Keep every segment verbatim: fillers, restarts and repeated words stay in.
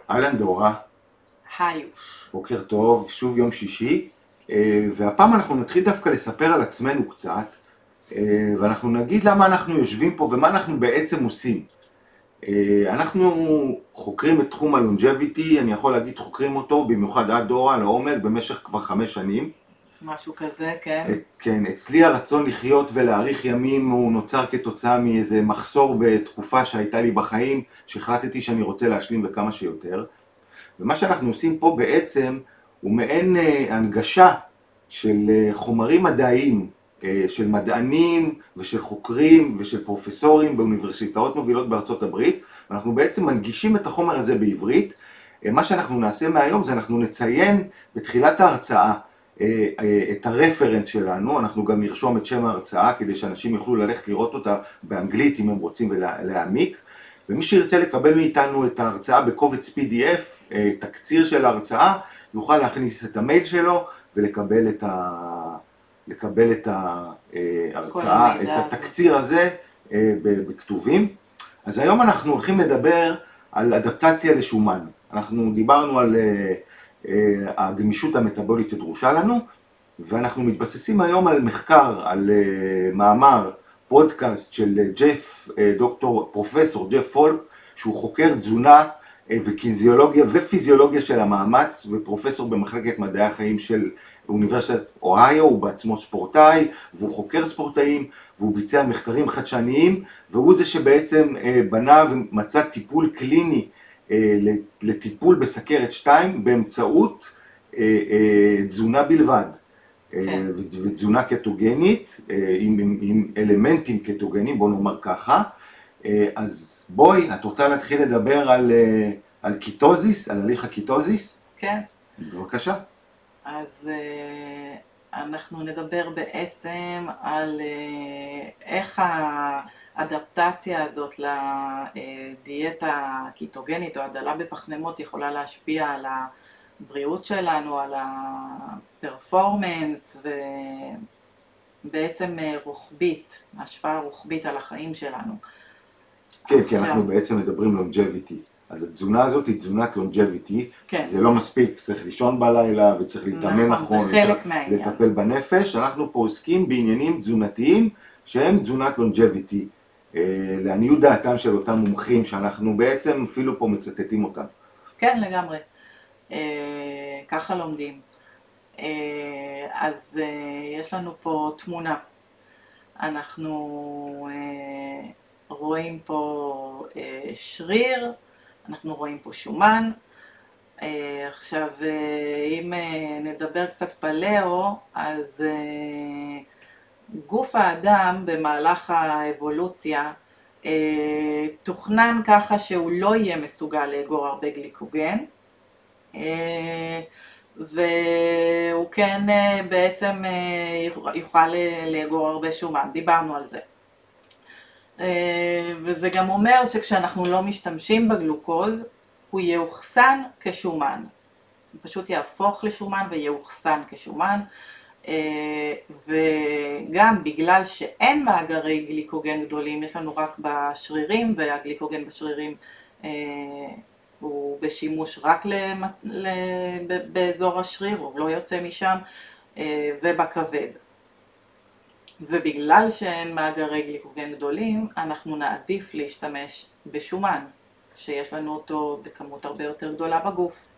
אהלן דורה. היי. בוקר טוב, שוב יום שישי, והפעם אנחנו נתחיל דווקא לספר על עצמנו קצת, ואנחנו נגיד למה אנחנו יושבים פה ומה אנחנו בעצם עושים. אנחנו חוקרים את תחום הלונג'ביטי, אני יכול להגיד חוקרים אותו, במיוחד עד דורה, לעומק, במשך כבר חמש שנים. משהו כזה, כן. כן, אצלי הרצון לחיות ולהאריך ימים הוא נוצר כתוצאה מאיזה מחסור בתקופה שהייתה לי בחיים, שהחלטתי שאני רוצה להשלים בכמה שיותר. ומה שאנחנו עושים פה בעצם הוא מעין הנגשה של חומרים מדעיים, של מדענים ושל חוקרים ושל פרופסורים באוניברסיטאות מובילות בארצות הברית. אנחנו בעצם מנגישים את החומר הזה בעברית. מה שאנחנו נעשה מהיום זה אנחנו נציין בתחילת ההרצאה את הרפרנט שלנו, אנחנו גם נרשום את שם ההרצאה כדי שאנשים יוכלו ללכת לראות אותה באנגלית אם הם רוצים ולהעמיק. ומי שירצה לקבל מאיתנו את ההרצאה בקובץ פי די אף, תקציר של ההרצאה, יוכל להכניס את המייל שלו ולקבל את, ה... לקבל את ההרצאה, את התקציר הזה בכתובים. אז היום אנחנו הולכים לדבר על אדפטציה לשומן. אנחנו דיברנו על הגמישות המטאבולית שדרושה לנו, ואנחנו מתבססים היום על מחקר, על מאמר, פודקאסט של ג'ף, דוקטור, פרופסור ג'ף פולק, שהוא חוקר תזונה וקיזיולוגיה ופיזיולוגיה של המאמץ, ופרופסור במחלקת מדעי החיים של אוניברסיטת אוהיו, הוא בעצמו ספורטאי, והוא חוקר ספורטאים, והוא ביצע מחקרים חדשניים, והוא זה שבעצם בנה ומצא טיפול קליני לטיפול בסכרת שתיים באמצעות תזונה בלבד. כן. ותזונה קטוגנית, עם, עם, עם אלמנטים קטוגנים, בוא נאמר ככה. אז בואי, את רוצה להתחיל לדבר על, על קיטוזיס, על הליך הקיטוזיס? כן. בבקשה. אז אנחנו נדבר בעצם על איך האדפטציה הזאת לדיאטה קיטוגנית או הדלה בפחמימות יכולה להשפיע על ה... בריאות שלנו, על הפרפורמנס ובעצם רוחבית, השפעה רוחבית על החיים שלנו. כן, כי אנחנו בעצם מדברים לונג'ביטי. אז התזונה הזאת היא תזונת לונג'ביטי, זה לא מספיק, צריך לישון בלילה וצריך להתאמן נכון, וצריך לטפל בנפש. אנחנו פה עוסקים בעניינים תזונתיים שהם תזונת לונג'ביטי, לעניות דעתם של אותם מומחים שאנחנו בעצם אפילו פה מצטטים אותם. כן, לגמרי. Uh, ככה לומדים. Uh, אז uh, יש לנו פה תמונה. אנחנו uh, רואים פה uh, שריר, אנחנו רואים פה שומן. Uh, עכשיו, uh, אם uh, נדבר קצת פלאו, אז uh, גוף האדם במהלך האבולוציה uh, תוכנן ככה שהוא לא יהיה מסוגל לאגור הרבה גליקוגן, והוא כן בעצם יוכל לאגור הרבה שומן, דיברנו על זה. וזה גם אומר שכשאנחנו לא משתמשים בגלוקוז, הוא יאוחסן כשומן. הוא פשוט יהפוך לשומן ויאוחסן כשומן, וגם בגלל שאין מאגרי גליקוגן גדולים, יש לנו רק בשרירים, והגליקוגן בשרירים הוא בשימוש רק למת... ל... באזור השריר, הוא לא יוצא משם, ובכבד. ובגלל שאין מאגרי גליקוגן גדולים, אנחנו נעדיף להשתמש בשומן, שיש לנו אותו בכמות הרבה יותר גדולה בגוף.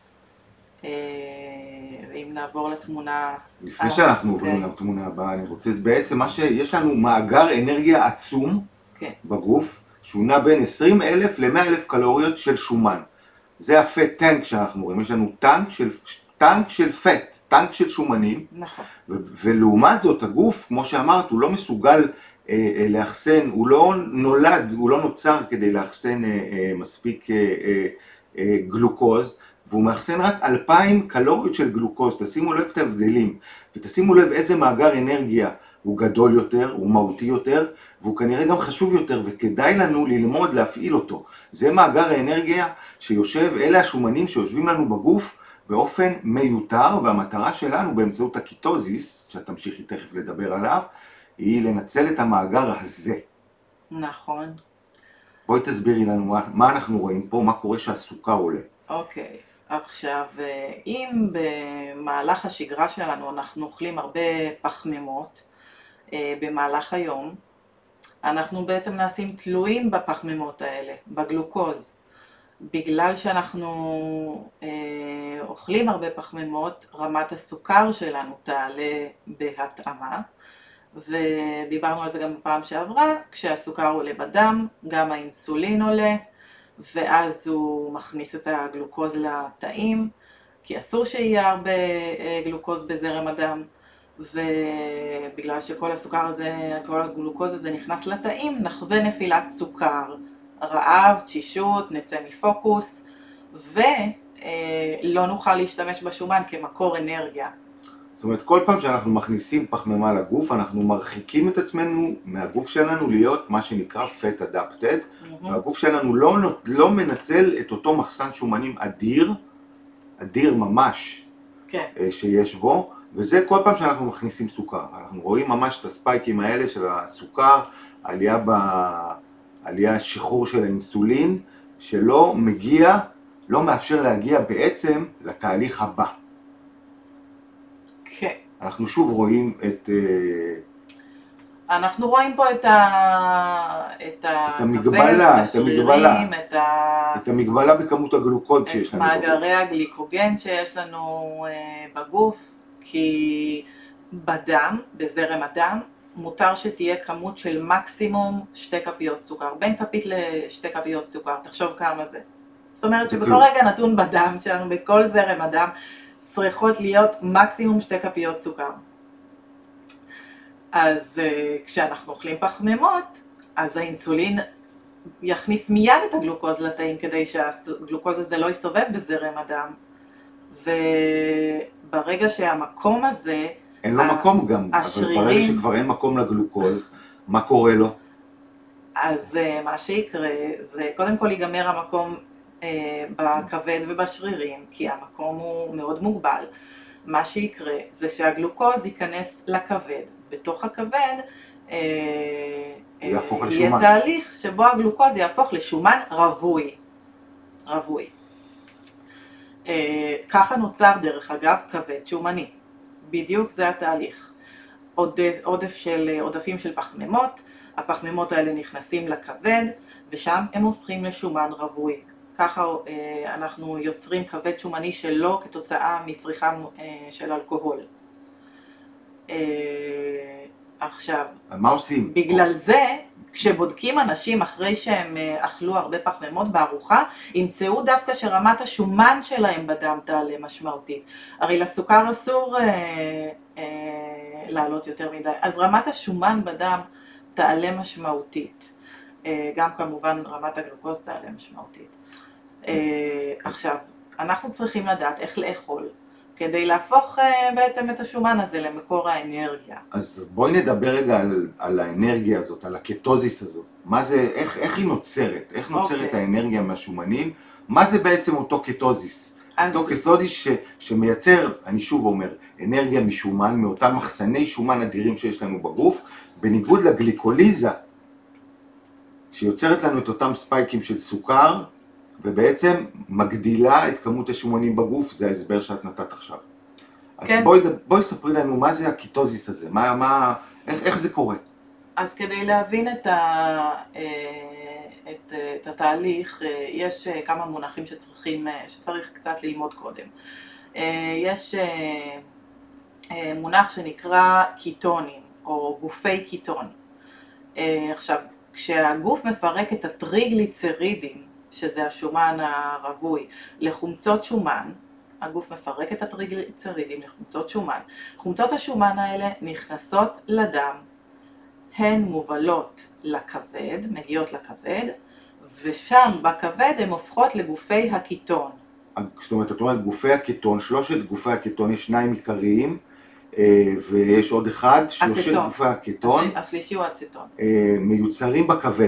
ואם נעבור לתמונה... לפני שאנחנו עוברים לתמונה הבאה, אני רוצה, בעצם מה שיש לנו מאגר אנרגיה עצום כן. בגוף, שהוא נע בין עשרים אלף ל-מאה אלף קלוריות של שומן. זה הפט טנק שאנחנו רואים, יש לנו טנק של, טנק של פט, טנק של שומנים. נכון. ו- ולעומת זאת הגוף, כמו שאמרת, הוא לא מסוגל אה, אה, לאחסן, הוא לא נולד, הוא לא נוצר כדי לאחסן אה, אה, מספיק אה, אה, אה, גלוקוז, והוא מאחסן רק אלפיים קלוריות של גלוקוז. תשימו לב את ההבדלים, ותשימו לב איזה מאגר אנרגיה הוא גדול יותר, הוא מהותי יותר, והוא כנראה גם חשוב יותר, וכדאי לנו ללמוד להפעיל אותו. זה מאגר האנרגיה שיושב, אלה השומנים שיושבים לנו בגוף באופן מיותר, והמטרה שלנו באמצעות הקיטוזיס, שאת תמשיכי תכף לדבר עליו, היא לנצל את המאגר הזה. נכון. בואי תסבירי לנו מה, מה אנחנו רואים פה, מה קורה שהסוכר עולה. אוקיי, עכשיו אם במהלך השגרה שלנו אנחנו אוכלים הרבה פחמימות במהלך היום, אנחנו בעצם נעשים תלויים בפחמימות האלה, בגלוקוז. בגלל שאנחנו אה, אוכלים הרבה פחמימות, רמת הסוכר שלנו תעלה בהתאמה, ודיברנו על זה גם בפעם שעברה, כשהסוכר עולה בדם, גם האינסולין עולה, ואז הוא מכניס את הגלוקוז לתאים, כי אסור שיהיה הרבה גלוקוז בזרם הדם, ובגלל שכל הסוכר הזה, כל הגלוקוז הזה נכנס לתאים, נחווה נפילת סוכר, רעב, תשישות, נצא מפוקוס, ולא נוכל להשתמש בשומן כמקור אנרגיה. זאת אומרת, כל פעם שאנחנו מכניסים פחמימה לגוף, אנחנו מרחיקים את עצמנו מהגוף שלנו להיות מה שנקרא fat adapted, mm-hmm. והגוף שלנו לא, לא מנצל את אותו מחסן שומנים אדיר, אדיר ממש, כן. שיש בו, וזה כל פעם שאנחנו מכניסים סוכר. אנחנו רואים ממש את הספייקים האלה של הסוכר, עלייה, ב... עלייה שחרור של האינסולין, שלא מגיע, לא מאפשר להגיע בעצם לתהליך הבא. כן. אנחנו שוב רואים את... אנחנו רואים פה את, ה... את, את המגבלה, את המגבלה, את, ה... את המגבלה בכמות הגלוקוז שיש לנו. את מאגרי הגליקוגן שיש לנו בגוף, כי בדם, בזרם הדם, מותר שתהיה כמות של מקסימום שתי כפיות סוכר, בין כפית לשתי כפיות סוכר, תחשוב כמה זה. זאת אומרת שבכל רגע נתון בדם שלנו, בכל זרם הדם, צריכות להיות מקסימום שתי כפיות סוכר. אז uh, כשאנחנו אוכלים פחמימות, אז האינסולין יכניס מיד את הגלוקוז לתאים כדי שהגלוקוז הזה לא יסתובב בזרם הדם. וברגע שהמקום הזה... אין לו מקום גם, השרירים, אבל ברגע שכבר אין מקום לגלוקוז, מה קורה לו? אז uh, מה שיקרה זה קודם כל ייגמר המקום uh, בכבד ובשרירים, כי המקום הוא מאוד מוגבל. מה שיקרה זה שהגלוקוז ייכנס לכבד. בתוך הכבד uh, יהפוך uh, לשומן. יהיה תהליך שבו הגלוקוז יהפוך לשומן רווי. רווי. Uh, ככה נוצר דרך אגב כבד שומני. בדיוק זה התהליך. עודף, עודף של, עודפים של פחמימות, הפחמימות האלה נכנסים לכבד, ושם הם הופכים לשומן רווי. ככה אה, אנחנו יוצרים כבד שומני שלא כתוצאה מצריכה אה, של אלכוהול. אה, עכשיו, מה עושים? בגלל זה, כשבודקים אנשים אחרי שהם אכלו הרבה פחמימות בארוחה, ימצאו דווקא שרמת השומן שלהם בדם תעלה משמעותית. הרי לסוכר אסור אה, אה, לעלות יותר מדי, אז רמת השומן בדם תעלה משמעותית. אה, גם כמובן רמת הגלוקוז תעלה משמעותית. אה, עכשיו, אנחנו צריכים לדעת איך לאכול, כדי להפוך uh, בעצם את השומן הזה למקור האנרגיה. אז בואי נדבר רגע על, על האנרגיה הזאת, על הקטוזיס הזאת. מה זה, איך, איך היא נוצרת? איך נוצרת okay. האנרגיה מהשומנים? מה זה בעצם אותו קטוזיס? אז... אותו קטוזיס ש, שמייצר, אני שוב אומר, אנרגיה משומן, מאותם מחסני שומן אדירים שיש לנו בגוף, בניגוד לגליקוליזה, שיוצרת לנו את אותם ספייקים של סוכר, ובעצם מגדילה את כמות השומנים בגוף, זה ההסבר שאת נתת עכשיו. כן. אז בואי, בואי ספרי לנו מה זה הקיטוזיס הזה, מה, מה, איך, איך זה קורה? אז כדי להבין את, ה, את, את התהליך, יש כמה מונחים שצריכים, שצריך קצת ללמוד קודם. יש מונח שנקרא קיטונים, או גופי קיטון. עכשיו, כשהגוף מפרק את הטריגליצרידים, שזה השומן הרווי, לחומצות שומן, הגוף מפרק את הטריגליצרידים לחומצות שומן. חומצות השומן האלה נכנסות לדם, הן מובלות לכבד, מגיעות לכבד, ושם בכבד הן הופכות לגופי הקיטון. זאת אומרת, את אומרת, גופי הקיטון, שלושת גופי הקיטון, יש שניים עיקריים, ויש עוד אחד, שלושת גופי הקיטון. השלישי הוא אצטון. מיוצרים בכבד.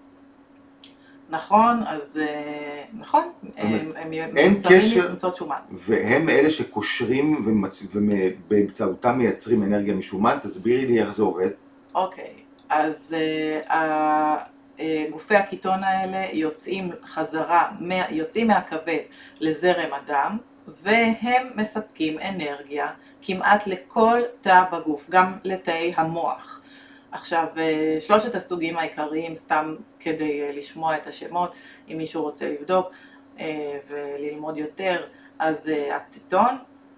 נכון, אז נכון, הם מיוצרים מחומצות שומן. והם אלה שקושרים ובאמצעותם מייצרים אנרגיה משומן, תסבירי לי איך זה עובד. אוקיי, אז גופי הקיטון האלה יוצאים חזרה, יוצאים מהכבד לזרם הדם, והם מספקים אנרגיה כמעט לכל תא בגוף, גם לתאי המוח. עכשיו, שלושת הסוגים העיקריים, סתם כדי לשמוע את השמות, אם מישהו רוצה לבדוק וללמוד יותר, אז אצטון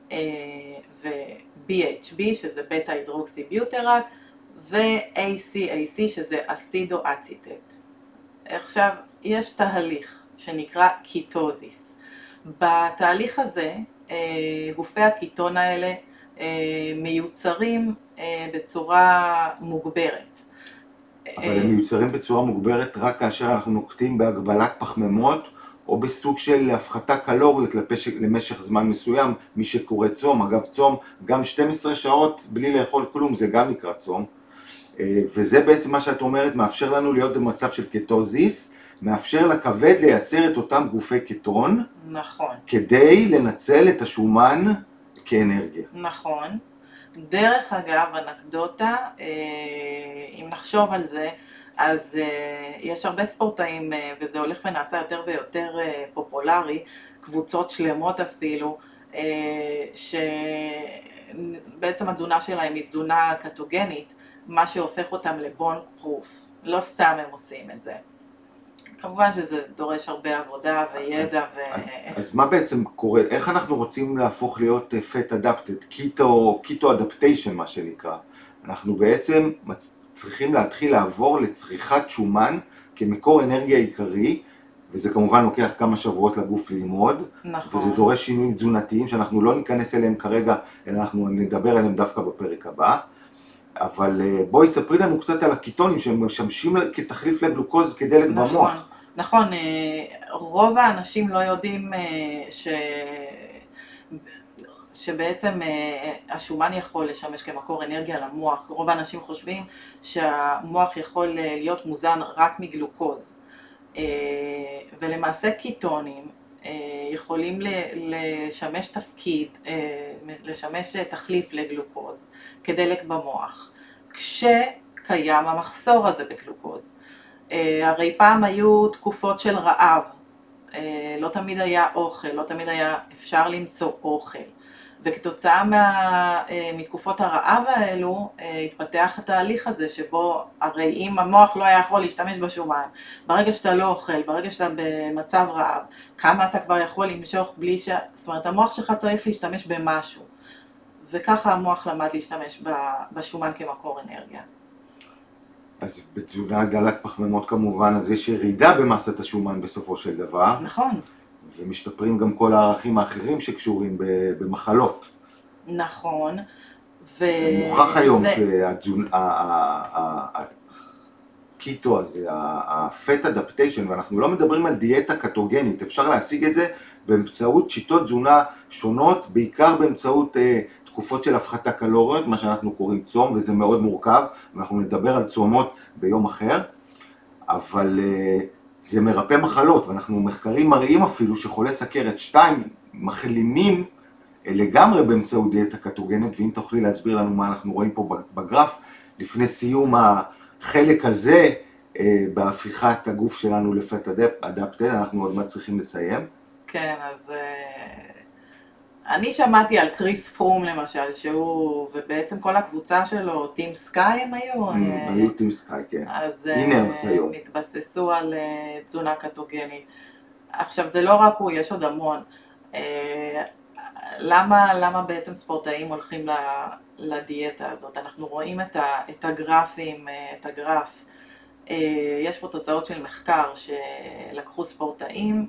ו-בי אייץ' בי, שזה בטא הידרוקסי ביוטרט, ו-איי סי איי סי, שזה אסידו אציטט. עכשיו, יש תהליך שנקרא קיטוזיס. בתהליך הזה, גופי הקיטון האלה מיוצרים בצורה מוגברת. אבל הם מיוצרים בצורה מוגברת רק כאשר אנחנו נוקטים בהגבלת פחמימות, או בסוג של הפחתה קלוריות לפשק, למשך זמן מסוים, מי שקורא צום. אגב, צום גם שתים עשרה שעות בלי לאכול כלום, זה גם נקרא צום. וזה בעצם מה שאת אומרת, מאפשר לנו להיות במצב של קטוזיס, מאפשר לכבד לייצר את אותם גופי קטון, נכון. כדי לנצל את השומן כאנרגיה. נכון. דרך אגב, אנקדוטה, אם נחשוב על זה, אז יש הרבה ספורטאים, וזה הולך ונעשה יותר ויותר פופולרי, קבוצות שלמות אפילו, שבעצם התזונה שלהם היא תזונה קטוגנית, מה שהופך אותם לבון פרוף. לא סתם הם עושים את זה. כמובן שזה דורש הרבה עבודה וידע. אז, ו... אז, אז מה בעצם קורה? איך אנחנו רוצים להפוך להיות fat adapted, keto, keto adaptation מה שנקרא? אנחנו בעצם צריכים להתחיל לעבור לצריכת שומן כמקור אנרגיה עיקרי, וזה כמובן לוקח כמה שבועות לגוף ללמוד, נכון. וזה דורש שינויים תזונתיים שאנחנו לא ניכנס אליהם כרגע, אלא אנחנו נדבר עליהם דווקא בפרק הבא. אבל בואי ספרי לנו קצת על הקיטונים שהם משמשים כתחליף לגלוקוז כדלק נכון, במוח. נכון, רוב האנשים לא יודעים ש... שבעצם השומן יכול לשמש כמקור אנרגיה למוח. רוב האנשים חושבים שהמוח יכול להיות מוזן רק מגלוקוז. ולמעשה קיטונים יכולים לשמש תפקיד, לשמש תחליף לגלוקוז כדלק במוח, כשקיים המחסור הזה בגלוקוז. הרי פעם היו תקופות של רעב, לא תמיד היה אוכל, לא תמיד היה אפשר למצוא אוכל. וכתוצאה מה, מתקופות הרעב האלו, התפתח התהליך הזה שבו, הרי אם המוח לא היה יכול להשתמש בשומן, ברגע שאתה לא אוכל, ברגע שאתה במצב רעב, כמה אתה כבר יכול למשוך בלי ש... זאת אומרת, המוח שלך צריך להשתמש במשהו. וככה המוח למד להשתמש בשומן כמקור אנרגיה. אז בתזונה דלת פחמימות כמובן, אז יש ירידה במסת השומן בסופו של דבר. נכון. ומשתפרים גם כל הערכים האחרים שקשורים במחלות. נכון. מוכח היום שהקיטו הזה, ה-fat adaptation, ואנחנו לא מדברים על דיאטה קטוגנית, אפשר להשיג את זה באמצעות שיטות תזונה שונות, בעיקר באמצעות תקופות של הפחתה קלוריות, מה שאנחנו קוראים צום, וזה מאוד מורכב, ואנחנו נדבר על צומות ביום אחר, אבל זה מרפא מחלות, ואנחנו מחקרים מראים אפילו שחולי סכרת שתיים מחלימים לגמרי באמצעות דיאטה קטוגנית, ואם תוכלי להסביר לנו מה אנחנו רואים פה בגרף, לפני סיום החלק הזה בהפיכת הגוף שלנו לפט אדפטד, אנחנו עוד מעט צריכים לסיים. כן, אז אני שמעתי על קריס פרום למשל, שהוא, ובעצם כל הקבוצה שלו, טים סקאי הם היו? היו טים סקאי, כן. אז הם התבססו על תזונה קטוגנית. עכשיו, זה לא רק הוא, יש עוד המון. למה, למה בעצם ספורטאים הולכים לדיאטה הזאת? אנחנו רואים את הגרפים, את הגרף. יש פה תוצאות של מחקר שלקחו ספורטאים,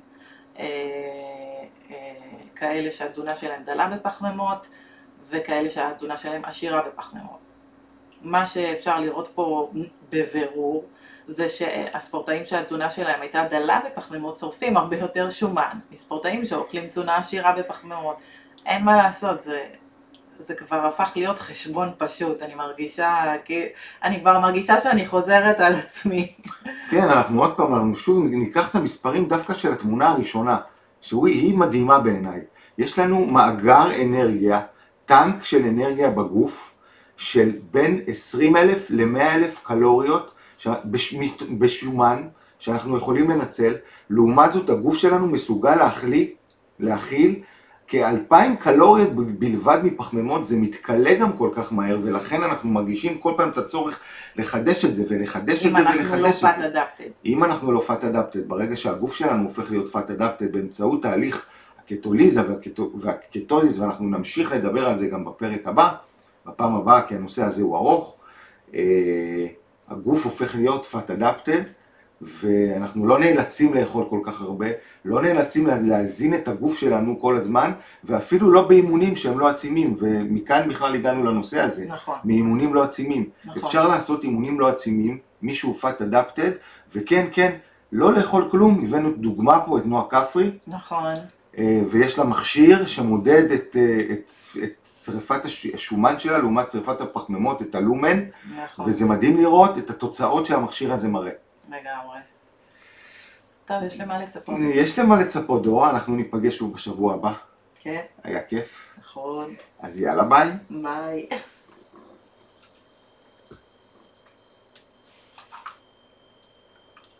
כאלה שהתזונה שלהם דלה בפחמימות, וכאלה שהתזונה שלהם עשירה בפחמימות. מה שאפשר לראות פה בבירור, זה שהספורטאים שהתזונה שלהם הייתה דלה בפחמימות צורפים הרבה יותר שומן, מספורטאים שאוכלים תזונה עשירה בפחמימות. אין מה לעשות, זה, זה כבר הפך להיות חשבון פשוט, אני מרגישה, אני כבר מרגישה שאני חוזרת על עצמי. כן, אנחנו עוד פעם, אנחנו שוב ניקח את המספרים דווקא של התמונה הראשונה, שהיא מדהימה בעיניי. יש לנו מאגר אנרגיה, טנק של אנרגיה בגוף, של בין עשרים אלף ל-מאה אלף קלוריות, ש... בש... בשומן שאנחנו יכולים לנצל, לעומת זאת הגוף שלנו מסוגל להכיל, להכיל כאלפיים קלוריות בלבד מפחמימות, זה מתקלה גם כל כך מהר, ולכן אנחנו מרגישים כל פעם את הצורך לחדש את זה, ולחדש את זה, ולחדש את זה. אם אנחנו לא פאט אדפטד. אם אנחנו לא פאט אדפטד, ברגע שהגוף שלנו הופך להיות פאט אדפטד, באמצעות תהליך הקטוליזה והקטוליז, ואנחנו נמשיך לדבר על זה גם בפרק הבא, בפעם הבאה, כי הנושא הזה הוא ארוך, הגוף הופך להיות פאט אדפטד, ואנחנו לא נאלצים לאכול כל כך הרבה, לא נאלצים להזין את הגוף שלנו כל הזמן, ואפילו לא באימונים שהם לא עצימים, ומכאן בכלל הגענו לנושא הזה, נכון. מאימונים לא עצימים. נכון. אפשר לעשות אימונים לא עצימים, מישהו פאט אדפטד, וכן, כן, לא לאכול כלום, הבאנו דוגמה פה את נועה כפרי, נכון. ויש לה מכשיר שמודד את, את, את שריפת השומן שלה, לעומת שריפת הפחמימות, את הלומן, נכון. וזה מדהים לראות את התוצאות שהמכשיר הזה מראה. לגמרי. טוב, יש למה לצפות. יש למה לצפות, דורה, אנחנו ניפגש שוב בשבוע הבא. כן. היה כיף. נכון. אז יאללה, ביי. ביי.